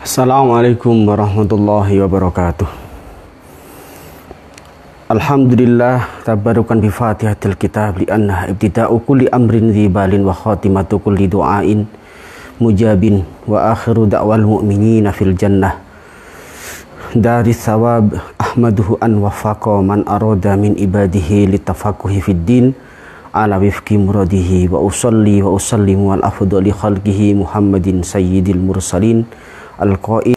Assalamualaikum warahmatullahi wabarakatuh. Alhamdulillah tabarukan bi fatihatil kitab li anna ibtida'u kulli amrin dzibalin wa khatimatu kulli du'ain mujabin wa akhiru da'wal mu'minina fil jannah dari thawab ahmaduhu an wafaqa man arada min ibadihi litafaqquhi fid din ala wifqi muradihi wa usalli wa usallimu al afdali khalqihi Muhammadin sayyidil mursalin al-qaid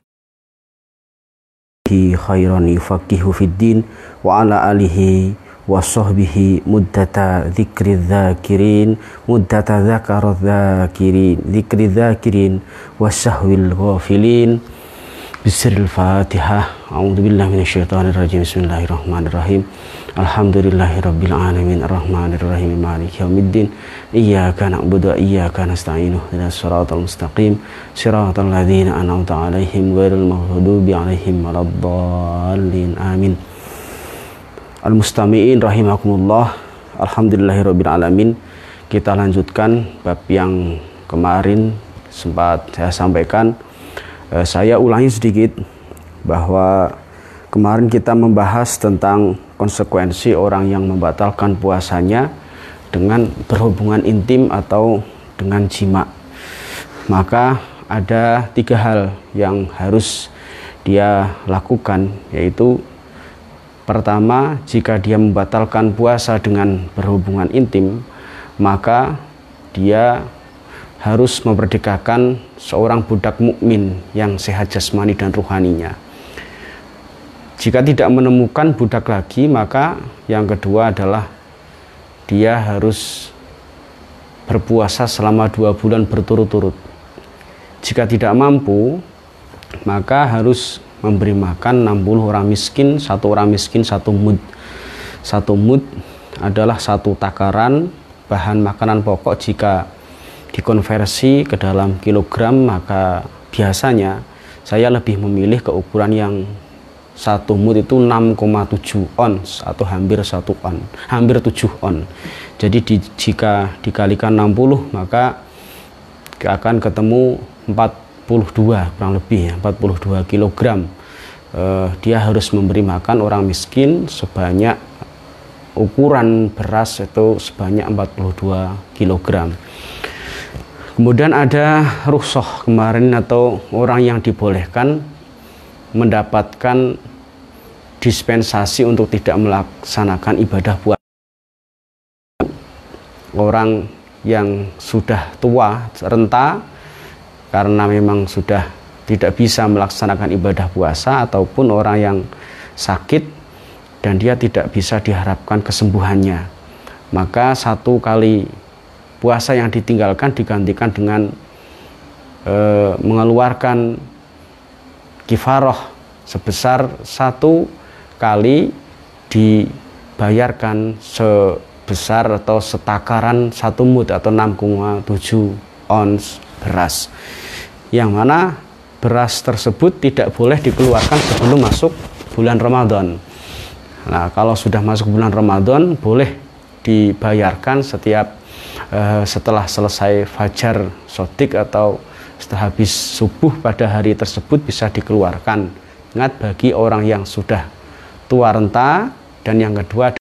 khairan yufaqihu fid din wa ala alihi wa sahbihi muddata dzikri dzakirin muddata dzakara dzakirin dzikri dzakirin wa sahwil ghafilin. Bismillahil Fatihah. A'udzubillahi minasyaitonir rajim. Bismillahirrahmanirrahim. Alhamdulillahirabbil alamin arrahmanir rahim maliki yaumiddin. Iyyaka na'budu wa iyyaka nasta'in. Ihdinas siratal mustaqim. Siratal ladzina an'amta 'alaihim ghairil maghdubi 'alaihim waladdallin. Amin. Al-mustami'in rahimakumullah. Alhamdulillahirabbil alamin. Kita lanjutkan bab yang kemarin sempat saya sampaikan. Saya ulangi sedikit bahwa kemarin kita membahas tentang konsekuensi orang yang membatalkan puasanya dengan berhubungan intim atau dengan jima. Maka ada 3 hal yang harus dia lakukan, yaitu pertama, jika dia membatalkan puasa dengan berhubungan intim, maka dia harus memerdekakan seorang budak mukmin yang sehat jasmani dan rohaninya. Jika tidak menemukan budak lagi, maka yang kedua adalah dia harus berpuasa selama 2 bulan berturut-turut. Jika tidak mampu, maka harus memberi makan 60 orang miskin, 1 orang miskin 1 mud. 1 mud adalah 1 takaran bahan makanan pokok. Jika dikonversi ke dalam kilogram, maka biasanya saya lebih memilih keukuran yang 1 mud itu 6,7 ons atau hampir 1 on, hampir 7 on. Jadi jika dikalikan 60, maka akan ketemu 42 kurang lebih ya, 42 kilogram. Dia harus memberi makan orang miskin sebanyak ukuran beras itu sebanyak 42 kilogram. Kemudian ada rukhsah kemarin, atau orang yang dibolehkan mendapatkan dispensasi untuk tidak melaksanakan ibadah puasa. Orang yang sudah tua, renta, karena memang sudah tidak bisa melaksanakan ibadah puasa, ataupun orang yang sakit dan dia tidak bisa diharapkan kesembuhannya, maka 1 kali puasa yang ditinggalkan digantikan dengan mengeluarkan kifarah sebesar 1 kali dibayarkan sebesar atau setakaran 1 mud atau 6,7 ons beras, yang mana beras tersebut tidak boleh dikeluarkan sebelum masuk bulan Ramadan. Nah, kalau sudah masuk bulan Ramadan boleh dibayarkan setiap setelah selesai fajar sodik atau setelah habis subuh pada hari tersebut bisa dikeluarkan. Ingat, bagi orang yang sudah tua renta, dan yang kedua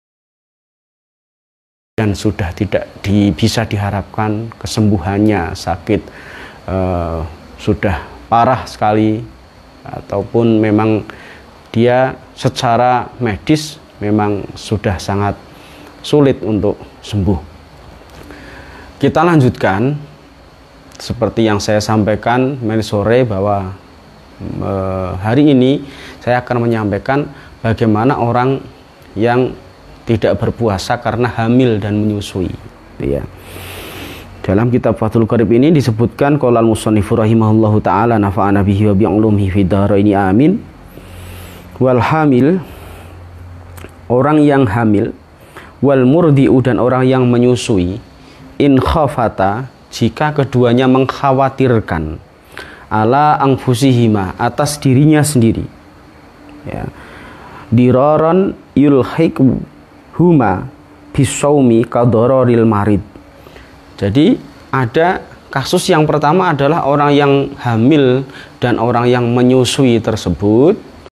dan sudah tidak bisa diharapkan kesembuhannya, sakit sudah parah sekali, ataupun memang dia secara medis memang sudah sangat sulit untuk sembuh. Kita lanjutkan seperti yang saya sampaikan kemarin sore, bahwa hari ini saya akan menyampaikan bagaimana orang yang tidak berpuasa karena hamil dan menyusui. Ya. Dalam kitab Fathul Qarib ini disebutkan, qala al-musannifu rahimahullahu taala nafa'ana bihi wa bi'ulumihi fid dharaini amin. Wal hamil, orang yang hamil, wal murdi'u, dan orang yang menyusui, in khafata, jika keduanya mengkhawatirkan, ala anfusihima, atas dirinya sendiri, ya, diraron yulhiq huma bisaumi kadororil marid. Jadi ada kasus yang pertama adalah orang yang hamil dan orang yang menyusui tersebut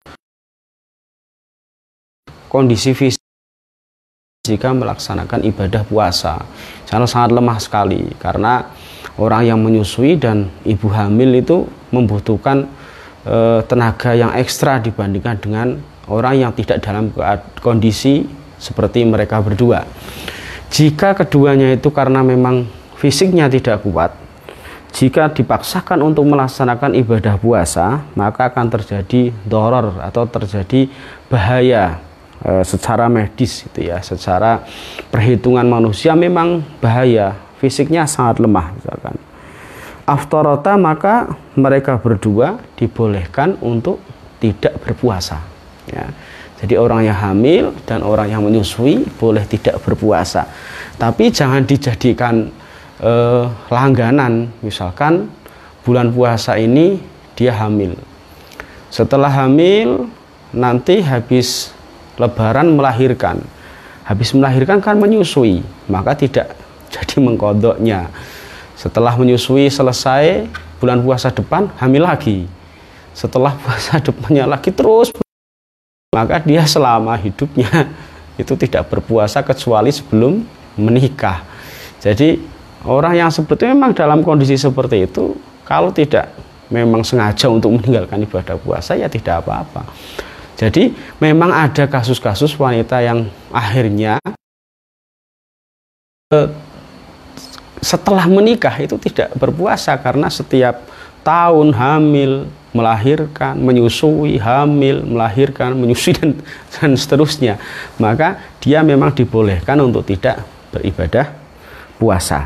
kondisi fisik jika melaksanakan ibadah puasa sangat lemah sekali, karena orang yang menyusui dan ibu hamil itu membutuhkan tenaga yang ekstra dibandingkan dengan orang yang tidak dalam kondisi seperti mereka berdua. Jika keduanya itu karena memang fisiknya tidak kuat, jika dipaksakan untuk melaksanakan ibadah puasa, maka akan terjadi doror atau terjadi bahaya secara medis itu ya, secara perhitungan manusia memang bahaya, fisiknya sangat lemah misalkan. Aftarata, maka mereka berdua dibolehkan untuk tidak berpuasa ya. Jadi orang yang hamil dan orang yang menyusui boleh tidak berpuasa, tapi jangan dijadikan langganan. Misalkan bulan puasa ini dia hamil, setelah hamil nanti habis lebaran melahirkan, habis melahirkan kan menyusui, maka tidak jadi mengkodoknya. Setelah menyusui selesai, bulan puasa depan hamil lagi, setelah puasa depannya lagi terus, maka dia selama hidupnya itu tidak berpuasa kecuali sebelum menikah. Jadi orang yang seperti memang dalam kondisi seperti itu, kalau tidak memang sengaja untuk meninggalkan ibadah puasa ya tidak apa-apa. Jadi memang ada kasus-kasus wanita yang akhirnya setelah menikah itu tidak berpuasa karena setiap tahun hamil, melahirkan, menyusui, hamil, melahirkan, menyusui, dan seterusnya. Maka dia memang dibolehkan untuk tidak beribadah puasa.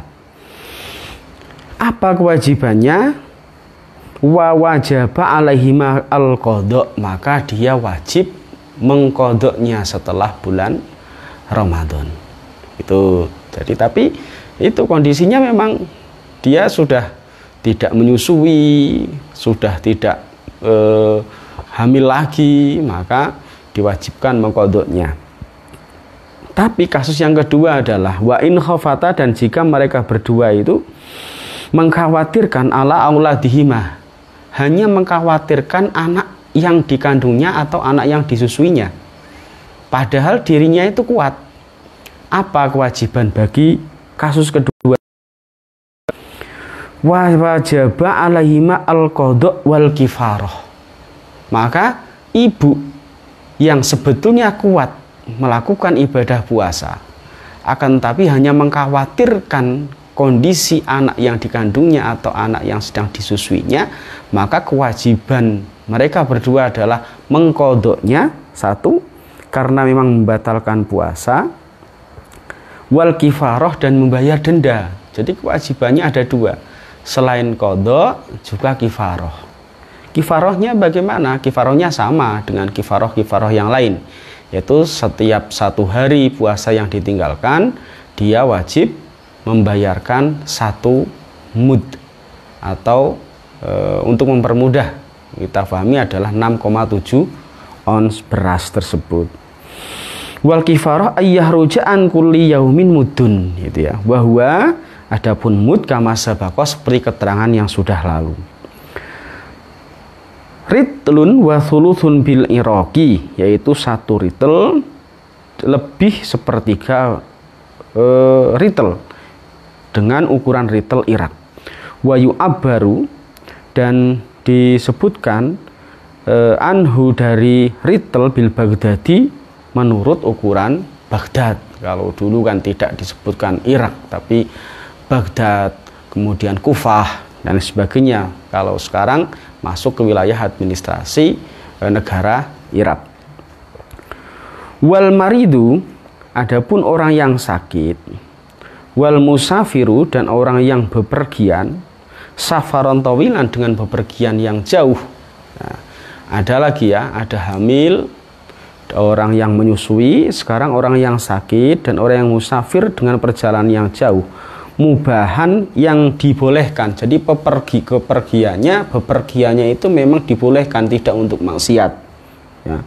Apa kewajibannya? Wa wajaba alaihima al-qadha, maka dia wajib mengkodoknya setelah bulan Ramadan. Itu jadi, tapi itu kondisinya memang dia sudah tidak menyusui, sudah tidak hamil lagi, maka diwajibkan mengkodoknya. Tapi kasus yang kedua adalah wa in khafata, dan jika mereka berdua itu mengkhawatirkan ala auladihima, hanya mengkhawatirkan anak yang dikandungnya atau anak yang disusuinya, padahal dirinya itu kuat. Apa kewajiban bagi kasus kedua? Wajaba alaihima al-qadha wal kifarah, maka ibu yang sebetulnya kuat melakukan ibadah puasa, akan tapi hanya mengkhawatirkan kondisi anak yang dikandungnya atau anak yang sedang disusuinya, maka kewajiban mereka berdua adalah mengkodoknya, satu, karena memang membatalkan puasa, wal kifaroh, dan membayar denda. Jadi kewajibannya ada dua, selain kodok juga kifaroh. Kifarohnya bagaimana? Kifarohnya sama dengan kifaroh yang lain, yaitu setiap 1 hari puasa yang ditinggalkan, dia wajib membayarkan 1 mud, atau untuk mempermudah kita pahami adalah 6,7 ons beras tersebut. Wal kifarah ayyahruja an kulli yaumin mudun, gitu ya. Bahwa adapun mud kama sabaqo, seperti keterangan yang sudah lalu. Ritlun wa thuluthun bil iraqi, yaitu 1 ritel lebih sepertiga ritel dengan ukuran ritel Irak. Wa yu'abbaru, dan disebutkan anhu dari ritel bil Baghdadi, menurut ukuran Baghdad. Kalau dulu kan tidak disebutkan Irak tapi Baghdad, kemudian Kufah dan sebagainya. Kalau sekarang masuk ke wilayah administrasi negara Irak. Wal maridu, adapun orang yang sakit, wal musafiru, dan orang yang bepergian, safaron tawilan, dengan bepergian yang jauh. Nah, ada lagi ya, ada hamil, orang yang menyusui, sekarang orang yang sakit, dan orang yang musafir dengan perjalanan yang jauh. Mubahan, yang dibolehkan. Jadi bepergiannya itu memang dibolehkan, tidak untuk maksiat ya.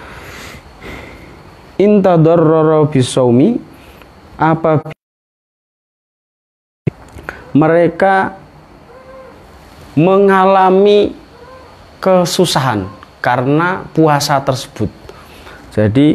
Intadarrara bisaumi, apa mereka mengalami kesusahan karena puasa tersebut. Jadi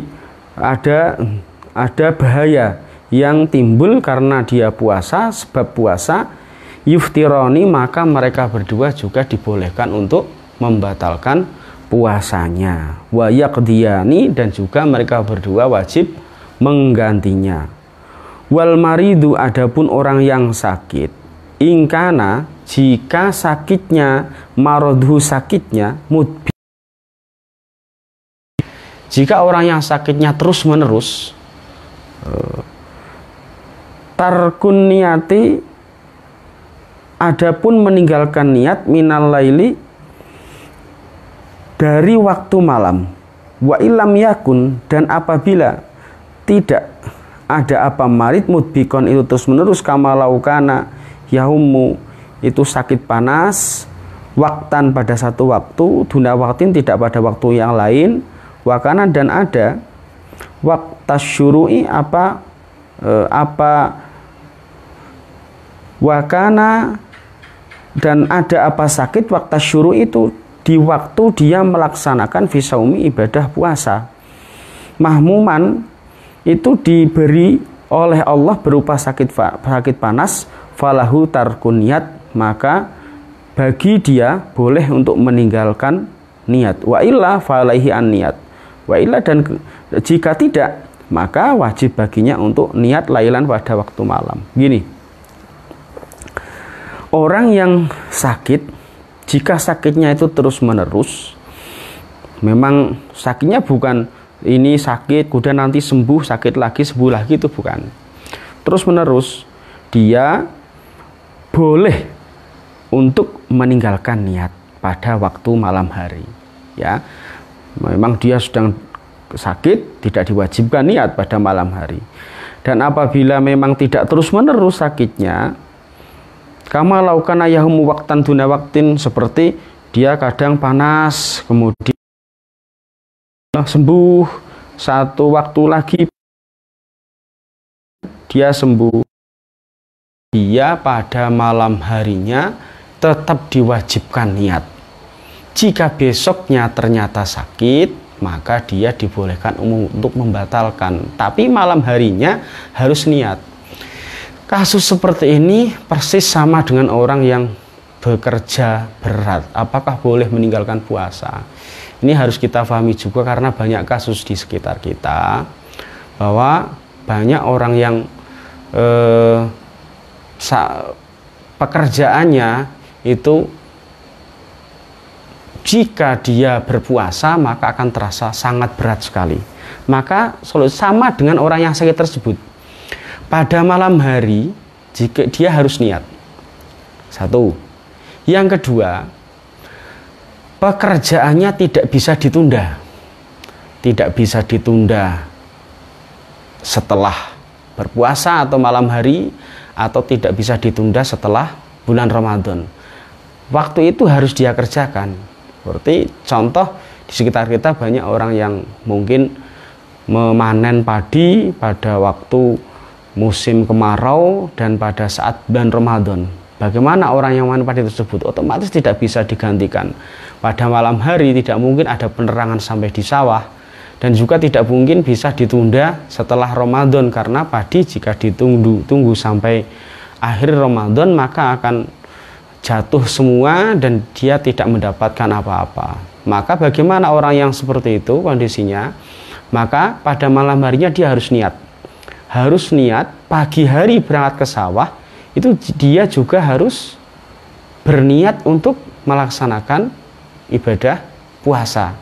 ada bahaya yang timbul karena dia puasa, sebab puasa yuftironi, maka mereka berdua juga dibolehkan untuk membatalkan puasanya. Wa yaqdiyani, dan juga mereka berdua wajib menggantinya. Wal maridu, adapun orang yang sakit, ingkana, jika sakitnya, marodhu, sakitnya mudbi, jika orang yang sakitnya terus menerus, tarkun niati, adapun meninggalkan niat, minal laili, dari waktu malam, wa ilam yakun, dan apabila tidak ada apa marid mudbikon, itu terus menerus, kamalaukana yahumu, itu sakit panas, waktan, pada satu waktu, duna waktin, tidak pada waktu yang lain, wakana, dan ada waktas syuru'i, wakana, dan ada apa sakit waktas syuru'i, itu di waktu dia melaksanakan fisaumi, ibadah puasa. Mahmuman, itu diberi oleh Allah berupa sakit panas, falahu tarkun niat, maka bagi dia boleh untuk meninggalkan niat. Wa illa falaihi an niat. Wa illa, dan jika tidak, maka wajib baginya untuk niat lailan pada waktu malam. Gini, orang yang sakit, jika sakitnya itu terus menerus, memang sakitnya bukan ini sakit kemudian nanti sembuh, sakit lagi, sembuh lagi, itu bukan. Terus menerus, dia boleh untuk meninggalkan niat pada waktu malam hari. Ya, memang dia sedang sakit, tidak diwajibkan niat pada malam hari. Dan apabila memang tidak terus menerus sakitnya, kama laukana yahumu waktan duna waktin, seperti dia kadang panas kemudian sembuh, satu waktu lagi dia sembuh, dia pada malam harinya tetap diwajibkan niat. Jika besoknya ternyata sakit, maka dia dibolehkan untuk membatalkan, tapi malam harinya harus niat. Kasus seperti ini persis sama dengan orang yang bekerja berat. Apakah boleh meninggalkan puasa? Ini harus kita pahami juga, karena banyak kasus di sekitar kita bahwa banyak orang yang pekerjaannya itu jika dia berpuasa maka akan terasa sangat berat sekali. Maka sama dengan orang yang sakit tersebut, pada malam hari jika dia harus niat. Satu. Yang kedua, pekerjaannya tidak bisa ditunda. Tidak bisa ditunda setelah berpuasa atau malam hari, atau tidak bisa ditunda setelah bulan Ramadan. Waktu itu harus dia kerjakan. Seperti contoh di sekitar kita banyak orang yang mungkin memanen padi pada waktu musim kemarau dan pada saat bulan Ramadan. Bagaimana orang yang memanen padi tersebut? Otomatis tidak bisa digantikan. Pada malam hari tidak mungkin ada penerangan sampai di sawah, dan juga tidak mungkin bisa ditunda setelah Ramadan, karena padi jika ditunggu sampai akhir Ramadan maka akan jatuh semua dan dia tidak mendapatkan apa-apa. Maka bagaimana orang yang seperti itu kondisinya? Maka pada malam harinya dia harus niat. Harus niat, pagi hari berangkat ke sawah, itu dia juga harus berniat untuk melaksanakan ibadah puasa.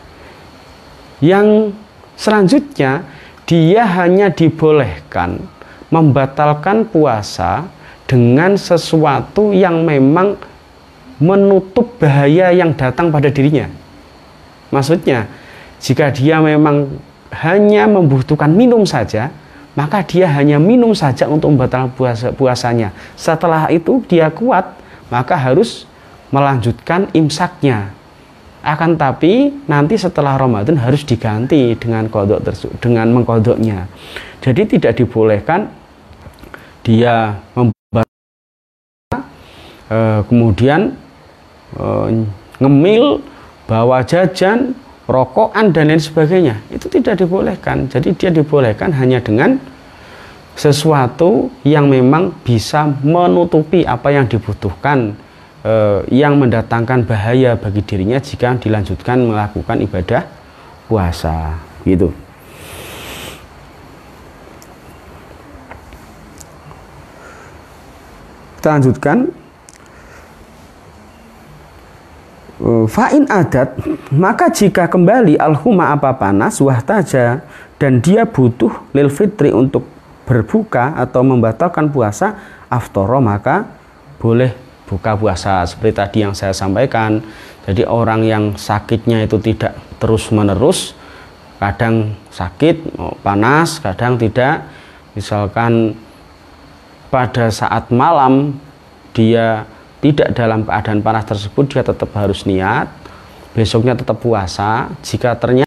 Yang selanjutnya, dia hanya dibolehkan membatalkan puasa dengan sesuatu yang memang menutup bahaya yang datang pada dirinya. Maksudnya, jika dia memang hanya membutuhkan minum saja, maka dia hanya minum saja untuk membatalkan puasanya. Setelah itu dia kuat, maka harus melanjutkan imsaknya. Akan tapi nanti setelah Ramadan harus diganti dengan mengkodoknya. Jadi tidak dibolehkan dia kemudian ngemil, bawa jajan, rokokan dan lain sebagainya, itu tidak dibolehkan. Jadi dia dibolehkan hanya dengan sesuatu yang memang bisa menutupi apa yang dibutuhkan, yang mendatangkan bahaya bagi dirinya jika dilanjutkan melakukan ibadah puasa, gitu. Kita lanjutkan. Fa'in adat, maka jika kembali alhuma apa panas, wahtaja, dan dia butuh lil fitri untuk berbuka atau membatalkan puasa, aftoro, maka boleh buka puasa. Seperti tadi yang saya sampaikan, jadi orang yang sakitnya itu tidak terus menerus, kadang sakit panas, kadang tidak. Misalkan pada saat malam dia tidak dalam keadaan panas tersebut, dia tetap harus niat, besoknya tetap puasa. Jika ternyata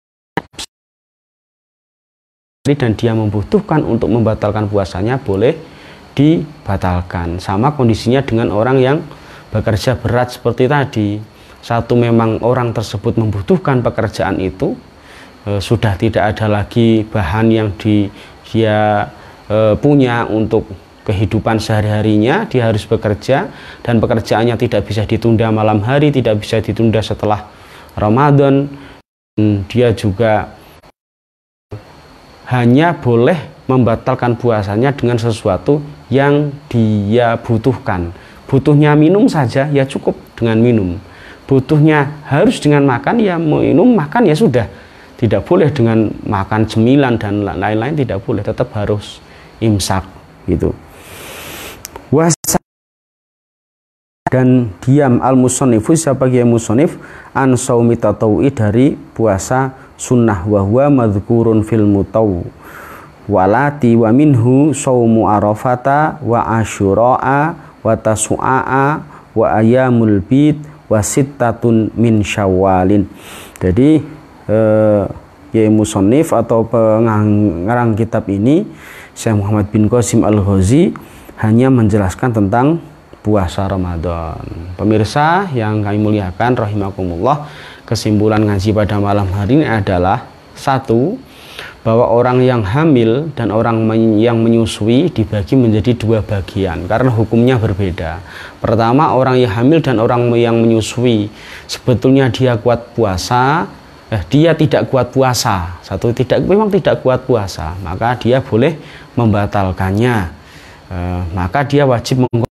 dan dia membutuhkan untuk membatalkan puasanya, boleh dibatalkan. Sama kondisinya dengan orang yang bekerja berat seperti tadi. Satu, memang orang tersebut membutuhkan pekerjaan itu, sudah tidak ada lagi bahan yang dia punya untuk kehidupan sehari-harinya, dia harus bekerja dan pekerjaannya tidak bisa ditunda malam hari, tidak bisa ditunda setelah Ramadan. Dia juga hanya boleh membatalkan puasanya dengan sesuatu yang dia butuhkan. Butuhnya minum saja, ya cukup dengan minum. Butuhnya harus dengan makan, ya minum, makan, ya sudah. Tidak boleh dengan makan cemilan dan lain-lain, tidak boleh, tetap harus imsak, gitu. Dan diam al-musonnifu, siapa yang musonif, an saumi tatawu'i, dari puasa sunnah, wahwa madhkurun fil mutaw walati wa minhu saumu arafata wa asyura'a wa tasu'a wa ayamul bid wa sittatun min syawalin. Jadi ya musonif atau pengarang kitab ini, Syekh Muhammad bin Qasim Al-Ghazi, hanya menjelaskan tentang puasa Ramadan. Pemirsa yang kami muliakan rahimakumullah, kesimpulan ngaji pada malam hari ini adalah: satu, bahwa orang yang hamil dan orang yang menyusui dibagi menjadi dua bagian karena hukumnya berbeda. Pertama, orang yang hamil dan orang yang menyusui, sebetulnya dia kuat puasa, dia tidak kuat puasa. Satu, memang tidak kuat puasa, maka dia boleh membatalkannya. Maka dia wajib mengkonsumsi.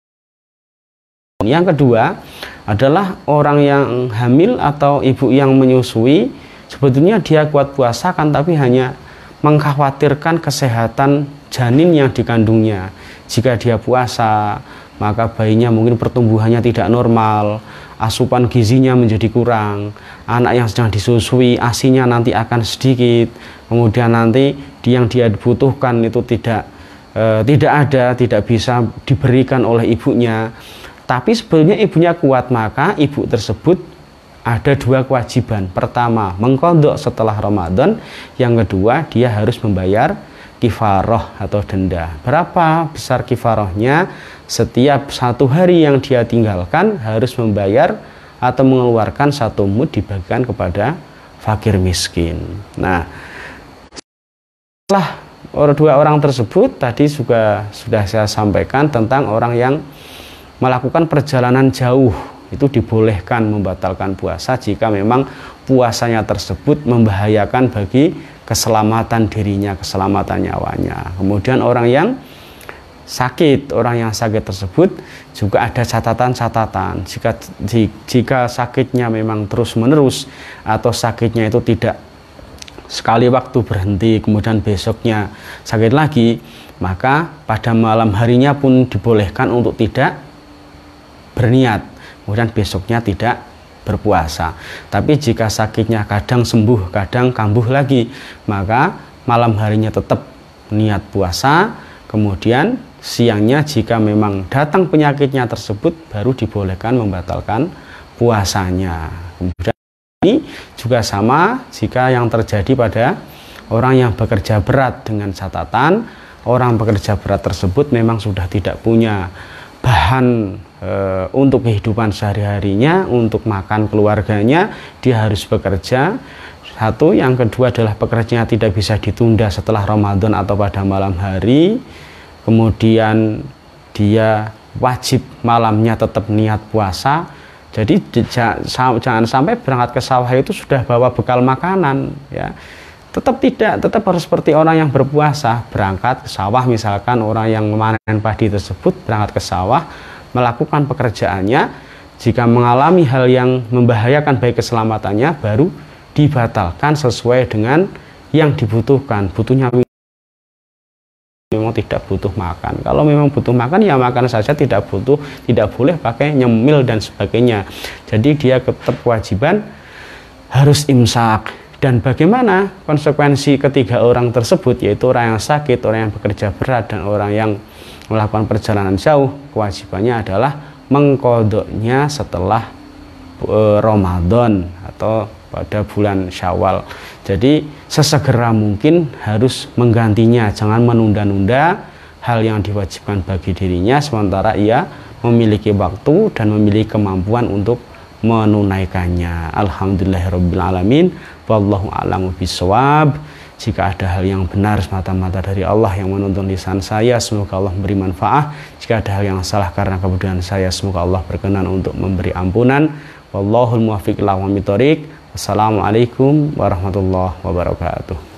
Yang kedua adalah orang yang hamil atau ibu yang menyusui, sebetulnya dia kuat puasa kan, tapi hanya mengkhawatirkan kesehatan janin yang dikandungnya. Jika dia puasa, maka bayinya mungkin pertumbuhannya tidak normal, asupan gizinya menjadi kurang, anak yang sedang disusui ASI-nya nanti akan sedikit, kemudian nanti yang dia butuhkan itu tidak ada, tidak bisa diberikan oleh ibunya. Tapi sebetulnya ibunya kuat, maka ibu tersebut ada dua kewajiban. Pertama, mengqadha setelah Ramadan. Yang kedua, dia harus membayar kifarah atau denda. Berapa besar kifarahnya? Setiap satu hari yang dia tinggalkan harus membayar atau mengeluarkan 1 mud dibagikan kepada fakir miskin. Nah, setelah dua orang tersebut, tadi juga sudah saya sampaikan tentang orang yang melakukan perjalanan jauh, itu dibolehkan membatalkan puasa jika memang puasanya tersebut membahayakan bagi keselamatan dirinya, keselamatan nyawanya. Kemudian orang yang sakit tersebut juga ada catatan-catatan. Jika sakitnya memang terus-menerus atau sakitnya itu tidak sekali waktu berhenti, kemudian besoknya sakit lagi, maka pada malam harinya pun dibolehkan untuk tidak berniat, kemudian besoknya tidak berpuasa. Tapi jika sakitnya kadang sembuh, kadang kambuh lagi, maka malam harinya tetap niat puasa, kemudian siangnya jika memang datang penyakitnya tersebut baru dibolehkan membatalkan puasanya. Kemudian ini juga sama jika yang terjadi pada orang yang bekerja berat, dengan catatan orang bekerja berat tersebut memang sudah tidak punya bahan untuk kehidupan sehari-harinya, untuk makan keluarganya, dia harus bekerja. Satu, yang kedua adalah pekerjaannya tidak bisa ditunda setelah Ramadan atau pada malam hari. Kemudian dia wajib malamnya tetap niat puasa. Jadi jangan sampai berangkat ke sawah itu sudah bawa bekal makanan, ya. Tetap harus seperti orang yang berpuasa, berangkat ke sawah. Misalkan orang yang memanen padi tersebut berangkat ke sawah, melakukan pekerjaannya. Jika mengalami hal yang membahayakan baik keselamatannya, baru dibatalkan sesuai dengan yang dibutuhkan. Butuhnya memang tidak butuh makan. Kalau memang butuh makan, ya makan saja, tidak boleh pakai nyemil dan sebagainya. Jadi dia tetap kewajiban harus imsak. Dan bagaimana konsekuensi ketiga orang tersebut, yaitu orang yang sakit, orang yang bekerja berat, dan orang yang melakukan perjalanan jauh? Kewajibannya adalah mengkodoknya setelah Ramadan atau pada bulan Syawal. Jadi sesegera mungkin harus menggantinya, jangan menunda-nunda hal yang diwajibkan bagi dirinya sementara ia memiliki waktu dan memiliki kemampuan untuk menunaikannya. Alhamdulillahirabbil alamin. Wallahu a'lamu bishawab. Jika ada hal yang benar semata-mata dari Allah yang menuntun lisan saya, semoga Allah memberi manfaat. Jika ada hal yang salah karena kebodohan saya, semoga Allah berkenan untuk memberi ampunan. Wallahul muwaffiq ila aqwamit thoriq. Wassalamualaikum warahmatullahi wabarakatuh.